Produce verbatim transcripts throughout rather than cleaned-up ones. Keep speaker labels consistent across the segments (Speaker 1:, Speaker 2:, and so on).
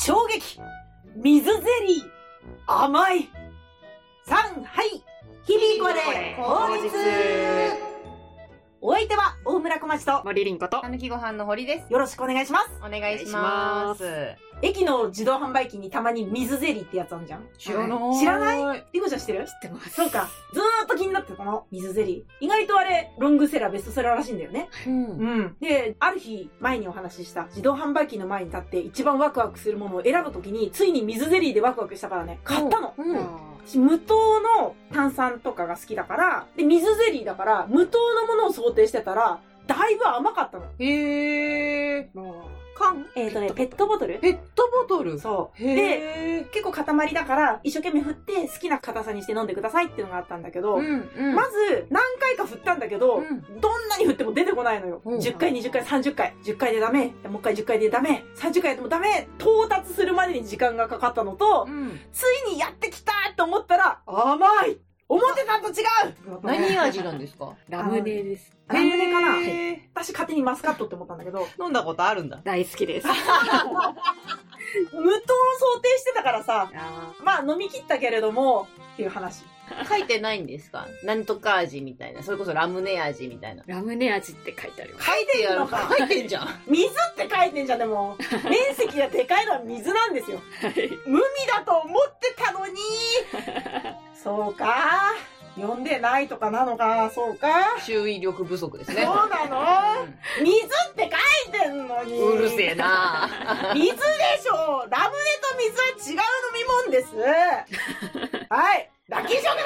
Speaker 1: 衝撃水ゼリー甘いさんはい日々これ口実。お相手は大村小町と
Speaker 2: 森凛子と
Speaker 3: たぬきご飯の堀です。
Speaker 1: よろしくお願いします。
Speaker 3: お願いします。
Speaker 1: 駅の自動販売機にたまに水ゼリーってやつあるじゃん。
Speaker 3: 知らない。
Speaker 1: 知らない？りこちゃん知ってる？
Speaker 2: 知ってます。
Speaker 1: そうか。ずーっと気になってたの。水ゼリー。意外とあれ、ロングセラー、ベストセラーらしいんだよね。
Speaker 3: うん。
Speaker 1: うん。で、ある日、前にお話しした自動販売機の前に立って一番ワクワクするものを選ぶときに、ついに水ゼリーでワクワクしたからね、買ったの。
Speaker 3: うん。
Speaker 1: 私無糖の炭酸とかが好きだから、で、水ゼリーだから、無糖のものを想定してたら、だいぶ甘かったの。
Speaker 3: へー。缶
Speaker 1: えっとね、ペットボトル
Speaker 3: ペットボトル
Speaker 1: そう。
Speaker 3: へー。
Speaker 1: で、結構塊だから、一生懸命振って好きな硬さにして飲んでくださいっていうのがあったんだけど、
Speaker 3: うんうん、
Speaker 1: まず、何回か振ったんだけど、
Speaker 3: うん、
Speaker 1: どんなに振っても出てこないのよ。
Speaker 3: うん、
Speaker 1: じゅっかい、にじゅっかい、さんじゅっかい。じゅっかいでダメ。もう一回じゅっかいでダメ。さんじゅっかいやってもダメ。到達するまでに時間がかかったのと、
Speaker 3: うん、
Speaker 1: ついにやってきたと思ったら、甘い思ってたんと違う
Speaker 3: 何味なんですか？
Speaker 2: ラムネです。
Speaker 1: ラムネかな？
Speaker 3: 私
Speaker 1: 勝手にマスカットって思ったんだけど。
Speaker 3: 飲んだことあるんだ。
Speaker 2: 大好きです。
Speaker 1: 無糖を想定してたからさ、まあ飲み切ったけれども、っていう話。
Speaker 3: 書いてないんですか？なんとか味みたいな。それこそラムネ味みたいな。
Speaker 2: ラムネ味って書いてあります。
Speaker 3: 書いてやるのか。書いてんじゃん。
Speaker 1: 水って書いてんじゃん。でも、面積がでかいのは水なんですよ。
Speaker 2: はい。
Speaker 1: 無味だと思ってたのに。そうか。読んでないとかなのか、そうか。
Speaker 3: 注意力不足ですね。
Speaker 1: そうなの、うん、水って書いてんのに。
Speaker 3: うるせえな
Speaker 1: 水でしょ。ラムネと水は違う飲み物です。はい。ラッキー食材のコーナ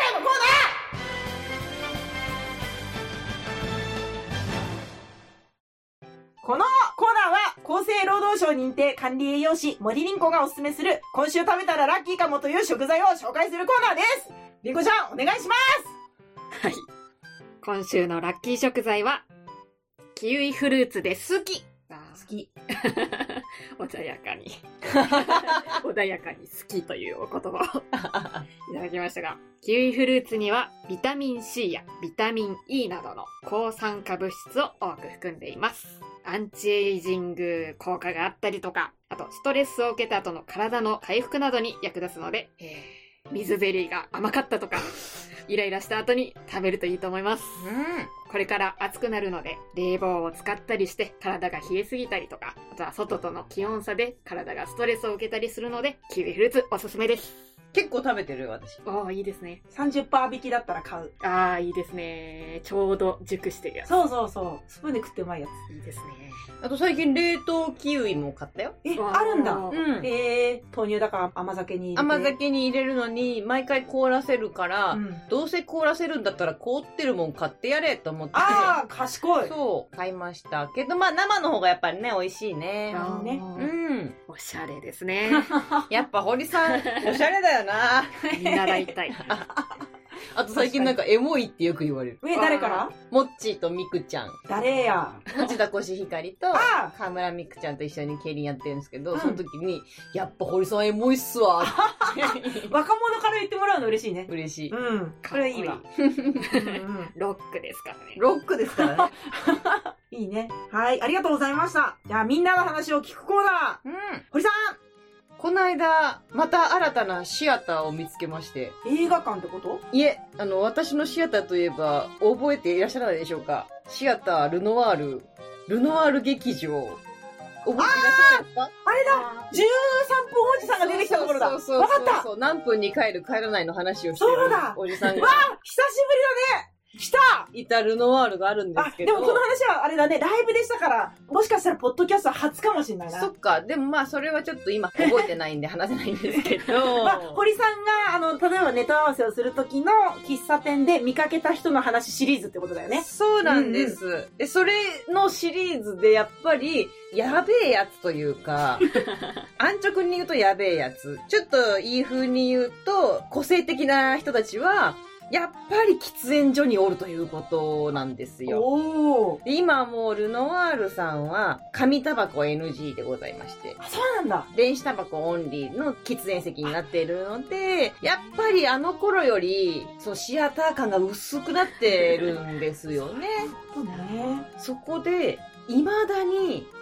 Speaker 1: ー。このコーナーは厚生労働省認定管理栄養士森凛子がおすすめする今週食べたらラッキーかもという食材を紹介するコーナーです。りこちゃんお願いします。
Speaker 2: はい。今週のラッキー食材はキウイフルーツです。
Speaker 3: 好き。
Speaker 1: 好き。
Speaker 2: 穏やかに穏やかに好きというお言葉をいただきましたが、キウイフルーツにはビタミン C やビタミン E などの抗酸化物質を多く含んでいます。アンチエイジング効果があったりとか、あとストレスを受けた後の体の回復などに役立つので、えー、水ゼリーが甘かったとかイライラした後に食べるといいと思います。
Speaker 3: うん。
Speaker 2: これから暑くなるので冷房を使ったりして体が冷えすぎたりとか、あとは外との気温差で体がストレスを受けたりするのでキウイフルーツおすすめです。
Speaker 3: 結構食べてるよ私。
Speaker 2: ああ、いいですね。
Speaker 1: さんじゅっパーセント 引きだったら買う。
Speaker 2: ああ、いいですね。ちょうど熟してるやつ。
Speaker 1: そうそうそう。スプーンで食ってうまいやつ。
Speaker 2: いいですね。
Speaker 3: あと最近冷凍キウイも買ったよ。
Speaker 1: え、あるんだ。
Speaker 3: うん。
Speaker 1: えー、豆乳だから甘酒に入れて。
Speaker 3: 甘酒に入れるのに毎回凍らせるから、うん、どうせ凍らせるんだったら凍ってるもん買ってやれと思って。
Speaker 1: ああ、賢い。
Speaker 3: そう、買いました。けどまあ生の方がやっぱりね、美味しいね。
Speaker 1: ああね。
Speaker 3: うん。
Speaker 2: おしゃれですね。
Speaker 3: やっぱ堀さん、おしゃれだよな。
Speaker 2: 見習いたい。
Speaker 3: あと最近なんかエモいってよく言われる。
Speaker 1: え、誰から？
Speaker 3: もっちーとみくちゃん。
Speaker 1: 誰や？
Speaker 3: 内田コシヒカリと河村みくちゃんと一緒に競輪やってるんですけど、うん、その時に、やっぱ堀さんエモいっすわ。
Speaker 1: 若者から言ってもらうの嬉しいね。
Speaker 3: 嬉しい。
Speaker 1: うん。これはいいわ。
Speaker 2: ロックですからね。
Speaker 3: ロックですからね。
Speaker 1: いいね。はい、ありがとうございました。じゃあみんなの話を聞くコーナー。
Speaker 3: うん。
Speaker 1: 堀さん
Speaker 3: この間、また新たなシアターを見つけまして。
Speaker 1: 映画館ってこと？
Speaker 3: いえ、あの、私のシアターといえば、覚えていらっしゃらないでしょうか？シアタールノワール、ルノワール劇場。覚えていらっしゃらないですか？
Speaker 1: あれだ !じゅうさんぷんおじさんが出てきたところだ。
Speaker 3: そうそうそうそう。わかった。何分に帰る帰らないの話をしてるおじさんが。
Speaker 1: わあ久しぶりだね来た
Speaker 3: いたルノワールがあるんですけど。
Speaker 1: でもこの話はあれだね、ライブでしたから、もしかしたらポッドキャストは初かもしれないな。
Speaker 3: そっか。でもまあそれはちょっと今覚えてないんで話せないんですけど。
Speaker 1: まあ、堀さんが、あの、例えばネタ合わせをするときの喫茶店で見かけた人の話シリーズってことだよね。
Speaker 3: そうなんです。うんうん、で、それのシリーズでやっぱり、やべえやつというか、安直に言うとやべえやつ。ちょっといい風に言うと、個性的な人たちは、やっぱり喫煙所におるということなんですよ。
Speaker 1: おー。
Speaker 3: で今もうルノワールさんは紙タバコ エヌジー でございまして。
Speaker 1: あ、そうなんだ。
Speaker 3: 電子タバコオンリーの喫煙席になっているので、やっぱりあの頃より、そう、シアター感が薄くなってるんですよね。
Speaker 1: そうね。
Speaker 3: そこで、未だに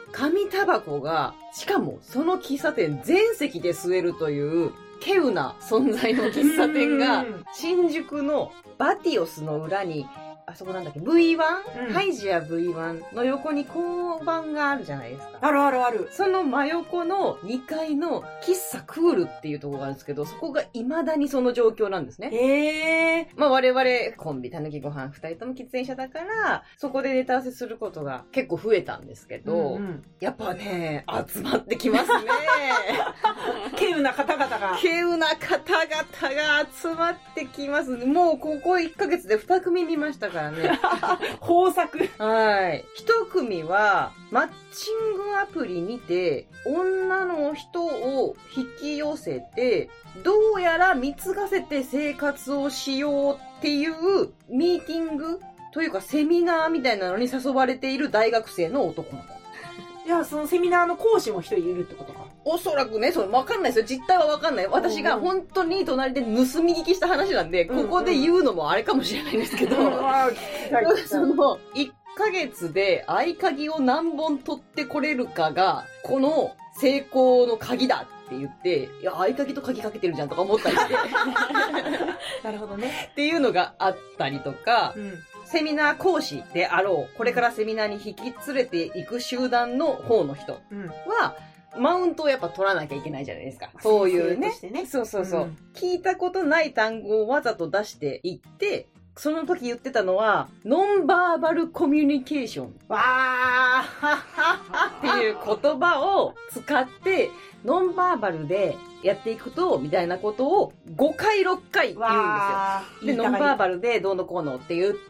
Speaker 3: 紙タバコが、しかもその喫茶店全席で吸えるという、稀有な存在の喫茶店が、新宿のバティオスの裏に、あそこなんだっけ ブイワン、うん、ハイジア ブイワン の横に交番があるじゃないですか。
Speaker 1: あるあるある。
Speaker 3: その真横のにかいの喫茶クールっていうところがあるんですけど、そこが未だにその状況なんですね。
Speaker 1: へー。
Speaker 3: まあ我々コンビたぬきご飯二人とも喫煙者だから、そこでネタ合わせすることが結構増えたんですけど、うんうん、やっぱね、集まってきますね。
Speaker 1: 稀有な方々が。
Speaker 3: 稀有な方々が集まってきます。もうここいっかげつでに組見ましたから。からね、
Speaker 1: 豊作。
Speaker 3: はい。一組は、マッチングアプリにて、女の人を引き寄せて、どうやら貢がせて生活をしようっていうミーティングというかセミナーみたいなのに誘われている大学生の男の子。
Speaker 1: いや、そのセミナーの講師も一人いるってことか。
Speaker 3: おそらくね、それわかんないですよ。実態はわかんない。私が本当に隣で盗み聞きした話なんで、ここで言うのもあれかもしれないんですけど、その、いっかげつで合鍵を何本取ってこれるかが、この成功の鍵だって言って、いや、合鍵と鍵かけてるじゃんとか思ったりして。
Speaker 1: なるほどね。
Speaker 3: っていうのがあったりとか、うん、セミナー講師であろう、これからセミナーに引き連れていく集団の方の人は、うん、マウントをやっぱ取らなきゃいけないじゃないですか。そういうね。ねそうそうそう、うん。聞いたことない単語をわざと出していって、その時言ってたのは、ノンバーバルコミュニケーション。わーっていう言葉を使って、ノンバーバルでやっていくと、みたいなことをごかいろっかい言うんですよ。で、ノンバーバルでどうのこうのって言って、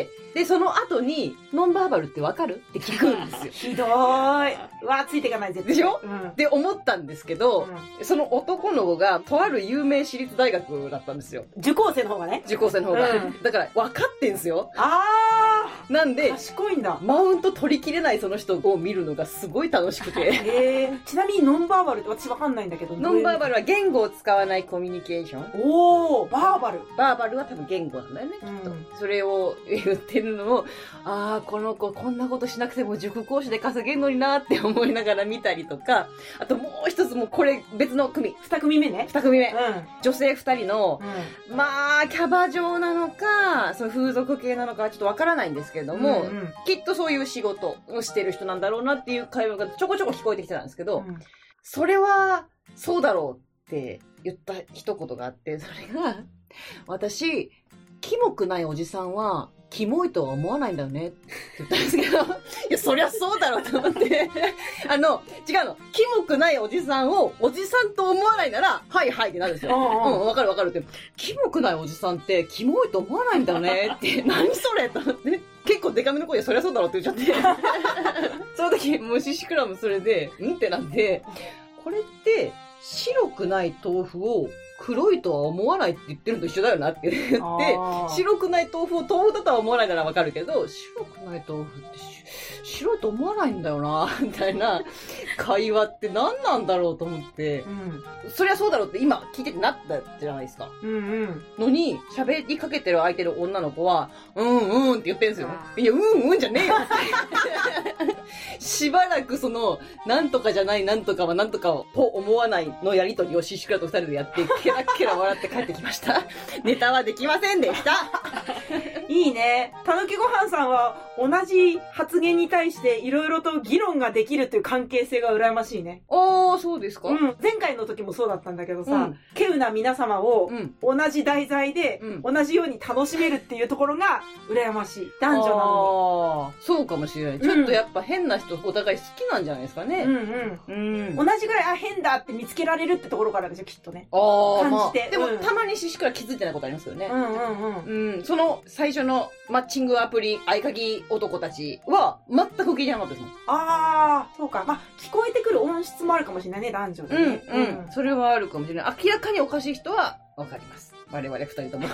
Speaker 3: で、その後に、ノンバーバルってわかるって聞くんですよ。
Speaker 1: ひどーい。うわー、ついていかない絶対。
Speaker 3: でしょ、うん、で、思ったんですけど、うん、その男の子が、とある有名私立大学だったんですよ。
Speaker 1: 受講生の方がね。
Speaker 3: 受講生の方が。うん、だから、分かってんすよ。
Speaker 1: あー。
Speaker 3: なんで、
Speaker 1: 賢いんだ。
Speaker 3: マウント取りきれないその人を見るのがすごい楽しくて。
Speaker 1: えー、ちなみにノンバーバルって私わかんないんだけど。
Speaker 3: ノンバーバルは言語を使わないコミュニケーション。
Speaker 1: おー、バーバル。
Speaker 3: バーバルは多分言語なんだよね、きっと。うん、それを言ってるのを、あー、この子こんなことしなくても塾講師で稼げんのになーって思いながら見たりとか、あともう一つもこれ別の組。
Speaker 1: 二組目ね。
Speaker 3: 二組目。
Speaker 1: うん、
Speaker 3: 女性二人の、うん、まあ、キャバ嬢なのか、その風俗系なのかはちょっとわからないんですけれども、うんうん、きっとそういう仕事をしてる人なんだろうなっていう会話がちょこちょこ聞こえてきてたんですけど、うん、それはそうだろうって言った一言があって、それが、私、キモくないおじさんは、キモいとは思わないんだよねって言ったんですけど、いや、そりゃそうだろうと思って、あの、違うの、キモくないおじさんをおじさんと思わないなら、はいはいってなるんですよ。うん、わかるわかるって。キモくないおじさんってキモいと思わないんだよねって、何それと思って。結構デカめの声でそりゃそうだろうって言っちゃって。その時、もうシシクラムそれで、んってなって、これって、白くない豆腐を黒いとは思わないって言ってるのと一緒だよなって言って、白くない豆腐を豆腐だとは思わないならわかるけど、白くない豆腐って白いと思わないんだよな、みたいな会話って何なんだろうと思って、うん、そりゃそうだろうって今聞いててなったじゃないですか。うんうん。のに、喋りかけてる相手の女の子は、うんうんって言ってるんですよ。いや、うんうんじゃねえよって。しばらくその、なんとかじゃないなんとかはなんとかをと思わないのやりとりをシシクラと二人でやって、ケラケラ笑って帰ってきました。ネタはできませんでした。
Speaker 1: いいね。たぬきごはんさんは同じ発言に対していろいろと議論ができるという関係性が羨ましいね。
Speaker 3: ああ、そうですか。
Speaker 1: うん。前回の時もそうだったんだけどさ、うん、稀有な皆様を同じ題材で同じように楽しめるっていうところが羨ましい。男女なの
Speaker 3: に。ああ、そうかもしれない。ちょっとやっぱ変な人お互い好きなんじゃないですかね。うんうん。
Speaker 1: うん、同じぐらい、あ、変だって見つけられるってところからでしょ、きっとね。
Speaker 3: ああ、感
Speaker 1: じて。
Speaker 3: まあ、でも、うん、たまにシシクラ気づいてないことありますよね。
Speaker 1: うんうんうん。
Speaker 3: うん。その最初のマッチングアプリ合鍵男たちは全く聞いてなかったですもん。
Speaker 1: ああ、そうか。まあ、聞こえてくる音質もあるかもしれないね、男女でね。
Speaker 3: うん、うん、うん。それはあるかもしれない。明らかにおかしい人はわかります。我々二人とも。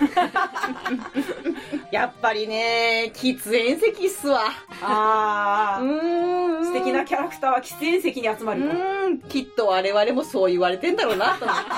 Speaker 3: やっぱりね、喫煙席っすわ。
Speaker 1: ああ。うーん。素敵なキャラクターは喫煙席に集まる。
Speaker 3: うーん。きっと我々もそう言われてんだろうな、と思って。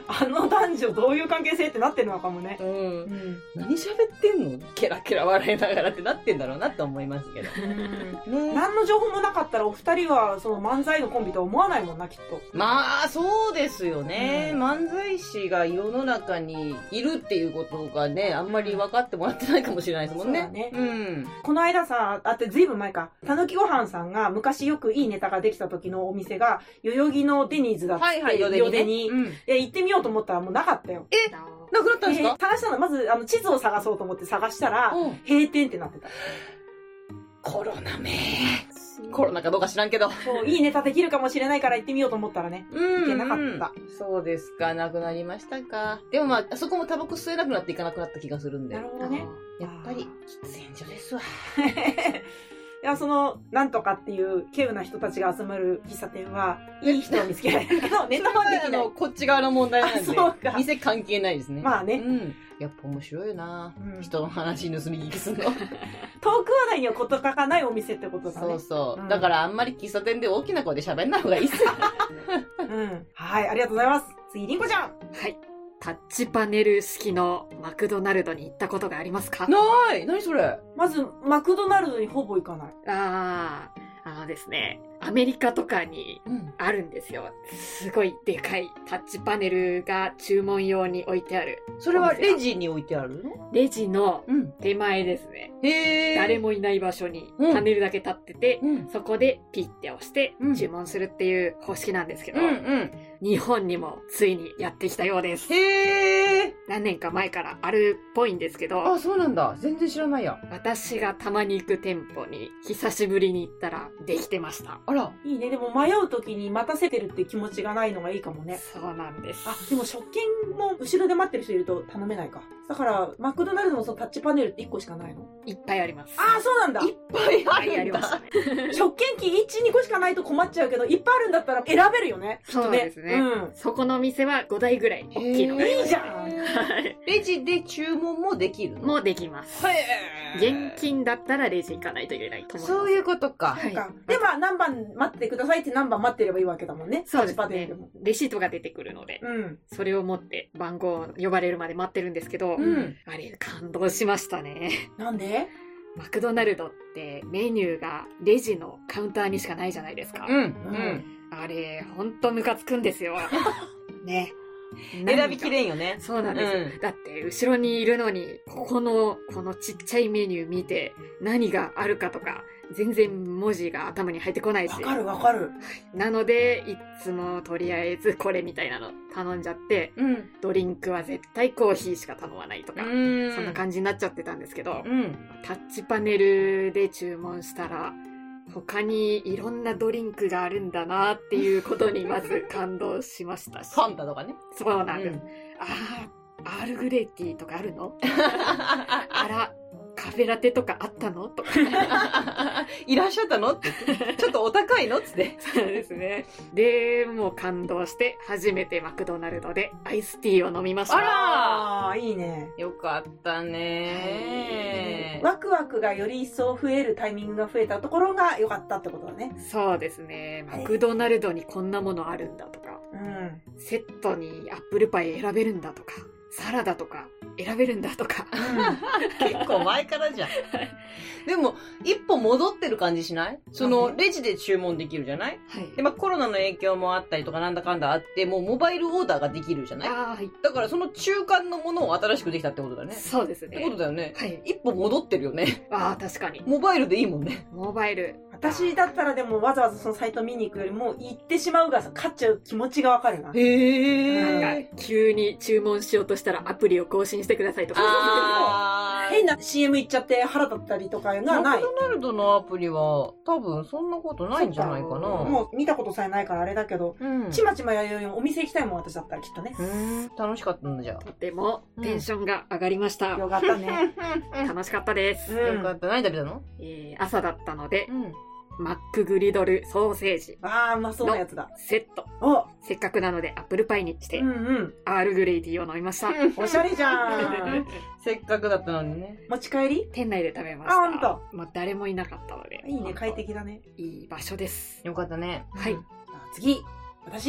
Speaker 1: あの男女どういう関係性ってなってるのかもね。
Speaker 3: う。
Speaker 1: うんん。
Speaker 3: 何喋ってんのケラケラ笑いながらってなってんだろうなって思いますけど。ね。
Speaker 1: 何の情報もなかったらお二人はその漫才のコンビとは思わないもんな、きっと。
Speaker 3: まあ、そうですよね。
Speaker 1: うん
Speaker 3: 漫才師が世の中にいるっていうことがね、あんまり分かってもらってないかもしれないですもんね。
Speaker 1: そうだね
Speaker 3: うん。
Speaker 1: この間さ、あってずいぶん前か、たぬきごはんさんが昔よくいいネタができた時のお店が、代々木のデニーズだって、
Speaker 3: はいはい、よで
Speaker 1: よ
Speaker 3: にね。
Speaker 1: でに。
Speaker 3: うん。
Speaker 1: で、行ってみようと思ったらもうなかったよ。
Speaker 3: えなくなったんです
Speaker 1: で
Speaker 3: か
Speaker 1: 探したの、まずあの地図を探そうと思って探したら、
Speaker 3: うん。
Speaker 1: 閉店ってなってた。
Speaker 3: コロナめコロナかどうか知らんけど。
Speaker 1: そう、いいネタできるかもしれないから行ってみようと思ったらね。
Speaker 3: うん
Speaker 1: いけなかった。
Speaker 3: そうですか、なくなりましたか。でもまあ、あそこもタバコ吸えなくなっていかなくなった気がするんで。や
Speaker 1: なるほどね。
Speaker 3: っぱり、喫煙所ですわ。
Speaker 1: いや、その、なんとかっていう、稀有な人たちが集まる喫茶店は、いい人を見つけられるけど、ネタはできない
Speaker 3: あの、。こっち側の問題なん
Speaker 1: あそうか
Speaker 3: で、店関係ないですね。
Speaker 1: まあね
Speaker 3: うん。やっぱ面白いよな、
Speaker 1: うん
Speaker 3: 人の話盗み聞きするの。
Speaker 1: 遠く話題にはこと書かないお店ってことだね。
Speaker 3: そうそう。
Speaker 1: うん
Speaker 3: だからあんまり喫茶店で大きな声で喋んない方がいいっすよ。
Speaker 1: うん。はい、ありがとうございます。次、りんこちゃん。
Speaker 2: はい。タッチパネル式のマクドナルドに行ったことがありますか？
Speaker 3: ない何それ
Speaker 1: まず、マクドナルドにほぼ行かない。
Speaker 2: ああ、あのですね、アメリカとかに
Speaker 3: うん。
Speaker 2: あるんですよ。すごいでかいタッチパネルが注文用に置いてある。
Speaker 3: それはレジに置いてあるの？
Speaker 2: レジの
Speaker 3: うん。
Speaker 2: 手前ですね。
Speaker 3: へー。
Speaker 2: 誰もいない場所に
Speaker 3: うん
Speaker 2: パネルだけ立ってて、
Speaker 3: うん。
Speaker 2: そこでピッて押して
Speaker 3: うん
Speaker 2: 注文するっていう方式なんですけど、
Speaker 3: うんうん。
Speaker 2: 日本にもついにやってきたようです。
Speaker 3: へー。
Speaker 2: 何年か前からあるっぽいんですけど、
Speaker 3: あ、そうなんだ。全然知らないや。
Speaker 2: 私がたまに行く店舗に久しぶりに行ったらできてました。
Speaker 3: あら。
Speaker 1: いいね。でも迷う時に待たせてるって気持ちがないのがいいかもね。
Speaker 2: そうなんです。
Speaker 1: あ、でも食券も後ろで待ってる人いると頼めないか。だから、マクドナルドもそのタッチパネルっていっこしかないの？
Speaker 2: いっぱいあります。
Speaker 1: ああ、そうなんだ。
Speaker 3: いっぱいあ
Speaker 2: はい、あ
Speaker 3: るんだ。
Speaker 2: りましたね。
Speaker 1: 食券機いち、にこしかないと困っちゃうけど、いっぱいあるんだったら選べるよね。きっと
Speaker 2: そうですね
Speaker 1: うん。
Speaker 2: そこの店はごだいぐらい大きいのがあります。
Speaker 1: いいじゃん。
Speaker 2: はい
Speaker 3: レジで注文もできるの？
Speaker 2: もうできます。
Speaker 3: へー。
Speaker 2: 現金だったらレジ行かないといけないと思います。
Speaker 3: そういうことか。
Speaker 2: はい
Speaker 1: かで、まあ、何番待ってくださいって何番待ってればいいわけだもんね。
Speaker 2: そうですね
Speaker 1: タッチパネルでも。。
Speaker 2: レシートが出てくるので、
Speaker 1: うん。
Speaker 2: それを持って番号を呼ばれるまで待ってるんですけど、
Speaker 3: うん。
Speaker 2: あれ感動しましたね。
Speaker 1: なんで？
Speaker 2: マクドナルドってメニューがレジのカウンターにしかないじゃないですか。
Speaker 3: うん。うん。
Speaker 2: あれ、ほんとムカつくんですよ。ね。
Speaker 3: 選びき
Speaker 2: ん。
Speaker 3: れんよね。
Speaker 2: そうなんですよ。
Speaker 3: うん
Speaker 2: だって、後ろにいるのに、ここの、このちっちゃいメニュー見て、何があるかとか、全然文字が頭に入ってこないし。
Speaker 1: わかるわかる。
Speaker 2: なので、いつもとりあえずこれみたいなの頼んじゃって、
Speaker 3: うん。
Speaker 2: ドリンクは絶対コーヒーしか頼まないとか、
Speaker 3: うん。
Speaker 2: そんな感じになっちゃってたんですけど、
Speaker 3: うん。
Speaker 2: タッチパネルで注文したら、他にいろんなドリンクがあるんだなっていうことにまず感動しましたし。
Speaker 3: ファンタとかね。
Speaker 2: そうなんです。
Speaker 3: うん
Speaker 2: ああ、アールグレイティーとかあるのあら、カフェラテとかあったのとか。
Speaker 3: いらっしゃったのって言って。ちょっとお高いのっつって。
Speaker 2: そうですね。で、もう感動して、初めてマクドナルドでアイスティーを飲みました。
Speaker 3: あら
Speaker 1: ああ、いいね。
Speaker 3: よかったね
Speaker 1: ワクワクがより一層増えるタイミングが増えたところが良かったってことだね。
Speaker 2: そうですね。マクドナルドにこんなものあるんだとか、
Speaker 1: うん。
Speaker 2: セットにアップルパイ選べるんだとか、サラダとか選べるんだとか。
Speaker 3: 結構前からじゃん。でも、一歩戻ってる感じしないその、レジで注文できるじゃない
Speaker 2: はい。
Speaker 3: で、まあコロナの影響もあったりとかなんだかんだあって、もうモバイルオーダーができるじゃない
Speaker 2: ああ、はい。
Speaker 3: だからその中間のものを新しくできたってことだね。
Speaker 2: そうです
Speaker 3: ってこと
Speaker 2: ね。
Speaker 3: だよね。
Speaker 2: はい。
Speaker 3: 一歩戻ってるよね。
Speaker 2: ああ、確かに。
Speaker 3: モバイルでいいもんね。
Speaker 2: モバイル。
Speaker 1: 私だったらでもわざわざそのサイト見に行くよりも行ってしまうがさ、勝っちゃう気持ちがわかるな。
Speaker 3: へ
Speaker 2: なんか、急に注文しようとしたらアプリを更新してくださいとか。
Speaker 3: あー。
Speaker 1: 変な シーエム 行っちゃって腹立ったりとかがない。
Speaker 3: マクドナルドのアプリは多分そんなことないんじゃないかな。
Speaker 1: もう見たことさえないからあれだけど、
Speaker 3: うん。
Speaker 1: ちまちまやるよりもお店行きたいもん私だったらきっとね。
Speaker 3: うん。楽しかったんだじゃ
Speaker 2: とてもテンションが上がりました。
Speaker 1: よかったね。
Speaker 3: あ。
Speaker 2: 楽しかったです。
Speaker 1: うん
Speaker 3: よかった。何食べたの
Speaker 2: えー朝だったので、
Speaker 3: ん。
Speaker 2: マックグリドルソーセージ
Speaker 1: ああ、うまそうなやつだ。
Speaker 2: セット。
Speaker 1: お
Speaker 2: せっかくなのでアップルパイにして、
Speaker 1: うんうん。
Speaker 2: アールグレイティーを飲みました。
Speaker 1: おしゃれじゃん。
Speaker 3: せっかくだったのにね。
Speaker 1: 持ち帰り
Speaker 2: 店内で食べました。
Speaker 1: あほんと
Speaker 2: まあ、誰もいなかったので。
Speaker 1: いいね、快適だね。
Speaker 2: いい場所です。
Speaker 3: よかったね。
Speaker 2: はい。
Speaker 1: あ次、私、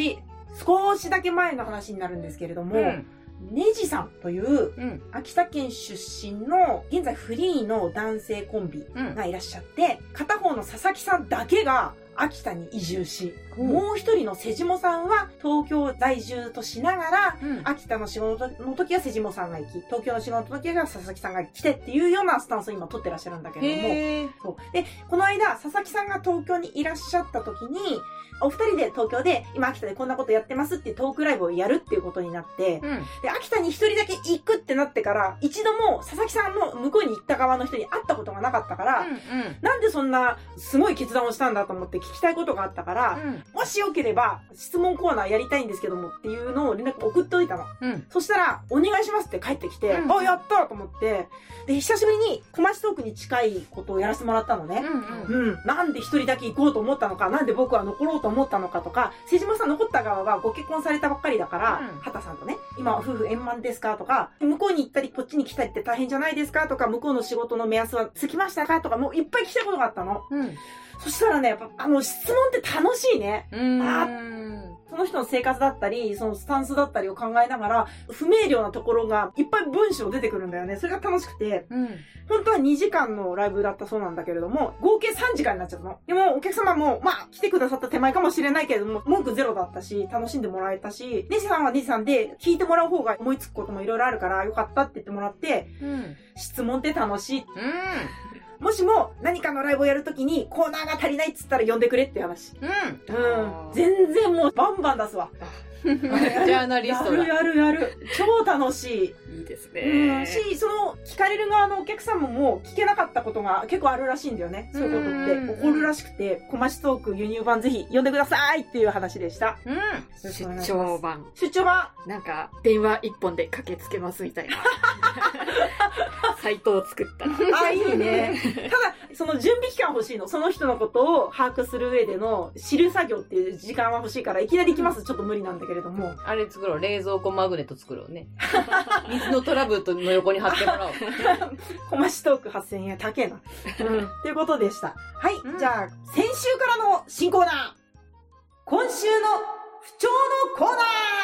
Speaker 1: 少しだけ前の話になるんですけれども、
Speaker 3: うん。
Speaker 1: ネジさんという
Speaker 3: うん。
Speaker 1: 秋田県出身の現在フリーの男性コンビ
Speaker 3: うん。
Speaker 1: がいらっしゃって、片方の佐々木さんだけが秋田に移住し、
Speaker 3: うん
Speaker 1: もう一人の瀬下さんは東京在住としながら、
Speaker 3: うん。
Speaker 1: 秋田の仕事の時は瀬下さんが行き、東京の仕事の時は佐々木さんが来てっていうようなスタンスを今取ってらっしゃるんだけれども、
Speaker 3: へー。
Speaker 1: そうで、この間、佐々木さんが東京にいらっしゃった時に、お二人で東京で、今秋田でこんなことやってますっていうトークライブをやるっていうことになって、
Speaker 3: うん。
Speaker 1: で、秋田に一人だけ行くってなってから、一度も佐々木さんの向こうに行った側の人に会ったことがなかったから、
Speaker 3: うん。
Speaker 1: なんでそんなすごい決断をしたんだと思って聞きたいことがあったから、
Speaker 3: うん。
Speaker 1: もしよければ質問コーナーやりたいんですけどもっていうのを連絡送っておいたの。
Speaker 3: うん。
Speaker 1: そしたら、お願いしますって帰ってきて、
Speaker 3: うん
Speaker 1: あ、やったと思って、で、久しぶりに小町トークに近いことをやらせてもらったのね。
Speaker 3: うん。うん。
Speaker 1: うん。なんで一人だけ行こうと思ったのか、なんで僕は残ろうと思ったのかとか、瀬島さん残った側はご結婚されたばっかりだから、
Speaker 3: うん
Speaker 1: 畑さんとね、今は夫婦円満ですかとか、向こうに行ったりこっちに来たりって大変じゃないですかとか、向こうの仕事の目安はつきましたかとか、もういっぱい聞きたいことがあったの。
Speaker 3: うん。
Speaker 1: そしたらね、やっぱ、あの、質問って楽しいね。
Speaker 3: うん。
Speaker 1: あその人の生活だったり、そのスタンスだったりを考えながら、不明瞭なところがいっぱい文章出てくるんだよね。それが楽しくて、
Speaker 3: うん。
Speaker 1: 本当はにじかんのライブだったそうなんだけれども、合計さんじかんになっちゃったの。でも、お客様も、まあ、来てくださった手前かもしれないけれども、文句ゼロだったし、楽しんでもらえたし、ネジさんはネジさんで、聞いてもらう方が思いつくこともいろいろあるから、よかったって言ってもらって、
Speaker 3: うん。
Speaker 1: 質問って楽しい。
Speaker 3: うん。
Speaker 1: もしも、何かのライブをやるときに、コーナーが足りないっつったら呼んでくれっていう話。
Speaker 3: うん。
Speaker 1: うん。全然もう、バンバン出すわ。
Speaker 3: ジャーナリストだ。
Speaker 1: やるやるやる。超楽しい。
Speaker 2: いいです
Speaker 1: う
Speaker 2: ね
Speaker 1: ん。。し、その、聞かれる側のお客様も聞けなかったことが結構あるらしいんだよね。そういうこと
Speaker 3: うん
Speaker 1: って起こるらしくて、小町トーク輸入版ぜひ読んでくださいっていう話でした。
Speaker 3: うん。
Speaker 1: よろしくお願いし
Speaker 2: 出
Speaker 1: ます
Speaker 2: 張版。
Speaker 1: 出張版。
Speaker 2: なんか、電話一本で駆けつけますみたいな。サイトを作ったら。
Speaker 1: あ、いいね。ただ、その準備期間欲しいの。その人のことを把握する上での知る作業っていう時間は欲しいから、いきなり行きますちょっと無理なんだけれども。
Speaker 3: あれ作ろう。冷蔵庫マグネット作ろうね。水のトラブルの横に貼ってもらおう。
Speaker 1: 小町トークはっせんえん高えな。うん。ということでした。はい。
Speaker 3: うん
Speaker 1: じゃあ、先週からの新コーナー。今週の不調のコーナ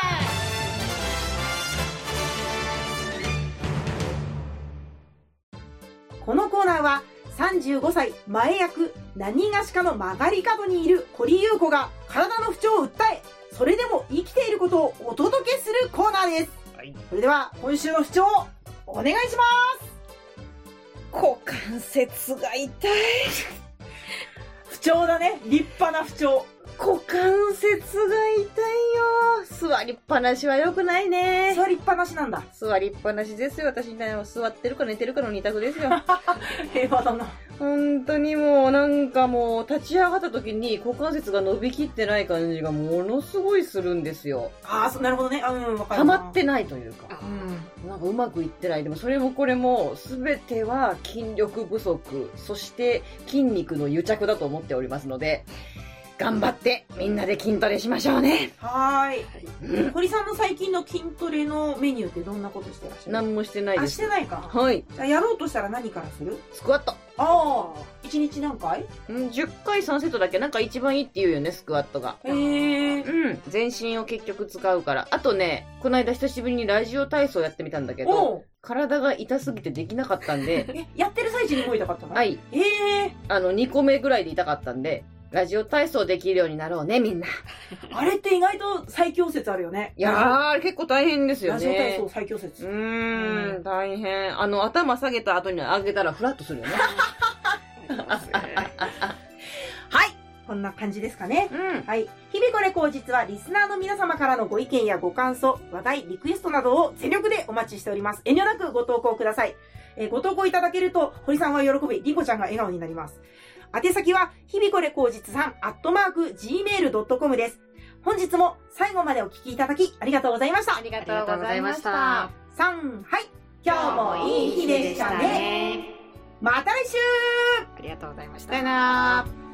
Speaker 1: ーこのコーナーは、さんじゅうごさい前役何がしかの曲がり角にいる堀優子が体の不調を訴え、それでも生きていることをお届けするコーナーです。
Speaker 3: はい。
Speaker 1: それでは、今週の不調、お願いします
Speaker 3: 股関節が痛い。
Speaker 1: 不調だね。立派な不調。
Speaker 3: 股関節が痛いよ。座りっぱなしは良くないね。
Speaker 1: 座りっぱなしなんだ。
Speaker 3: 座りっぱなしですよ。私みたいなの座ってるか寝てるかの二択ですよ。
Speaker 1: 平和だな。
Speaker 3: 本当にもうなんかもう立ち上がった時に股関節が伸びきってない感じがものすごいするんですよ。
Speaker 1: ああ、そう、なるほどね。うん、わかる。
Speaker 3: 溜まってないというか。
Speaker 2: あ
Speaker 1: うん。
Speaker 3: なんかうまくいってない。でもそれもこれも全ては筋力不足、そして筋肉の癒着だと思っておりますので、頑張ってみんなで筋トレしましょうね。
Speaker 1: はーい。
Speaker 3: うん
Speaker 1: 堀さんの最近の筋トレのメニューってどんなことしてらっしゃる
Speaker 3: 何もしてない
Speaker 1: あ、
Speaker 3: です。
Speaker 1: してないか。
Speaker 3: はい。
Speaker 1: じゃあやろうとしたら何からする
Speaker 3: スクワット。
Speaker 1: ああ、一日何回
Speaker 3: うんじゅっかいさんセットだけなんか一番いいって言うよね、スクワットが。
Speaker 1: へえ。
Speaker 3: うん。全身を結局使うから。あとね、この間久しぶりにラジオ体操やってみたんだけど、
Speaker 1: おう
Speaker 3: 体が痛すぎてできなかったんで、
Speaker 1: え、やってる最中に動いたかったの
Speaker 3: はい。
Speaker 1: ええ
Speaker 3: あの、にこめぐらいで痛かったんで、ラジオ体操できるようになろうね、みんな。
Speaker 1: あれって意外と最強説あるよね。
Speaker 3: いやー、あれ結構大変ですよ
Speaker 1: ラジオ体
Speaker 3: ね。
Speaker 1: 操最強説。
Speaker 3: うーん、大変。あの、頭下げた後に上げたらフラッとするよね。
Speaker 2: いいですね
Speaker 1: はい。こんな感じですかね。
Speaker 3: うん。
Speaker 1: はい。日々これ口実はリスナーの皆様からのご意見やご感想、話題、リクエストなどを全力でお待ちしております。遠慮なくご投稿ください。えーご投稿いただけると、堀さんは喜び、りんこちゃんが笑顔になります。宛先は、日々これ口実さん、アットマーク、ジーメールドットコム です。本日も最後までお聞きいただき、ありがとうございました。
Speaker 3: ありが
Speaker 2: ありがとうございました。
Speaker 1: さん、はい。今日もいい日でしたね。また来週
Speaker 2: ありがとうございました。
Speaker 3: さよなら。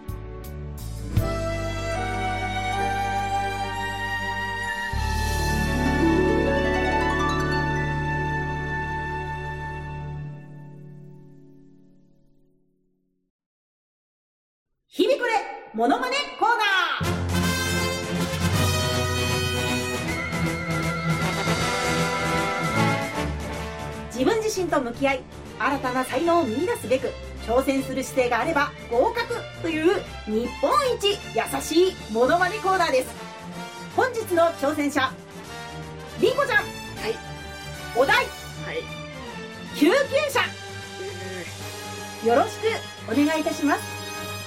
Speaker 1: 日々これ、モノマネコーナー自身と向き合い、新たな才能を見出すべく、挑戦する姿勢があれば合格という日本一優しいモノマネコーナーです。本日の挑戦者、りんこちゃん。
Speaker 2: はい。
Speaker 1: お題、
Speaker 2: はい。
Speaker 1: 救急車。よろしくお願いいたします。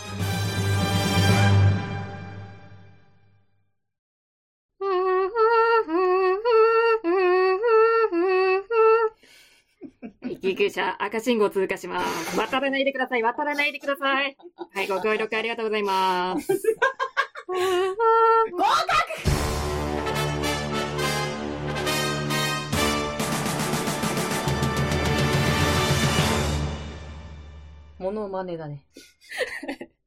Speaker 2: 救急車、赤信号通過します。渡らないでください。渡らないでください。はい、ご協力ありがとうございます。
Speaker 1: 合格。
Speaker 3: モノマネだね。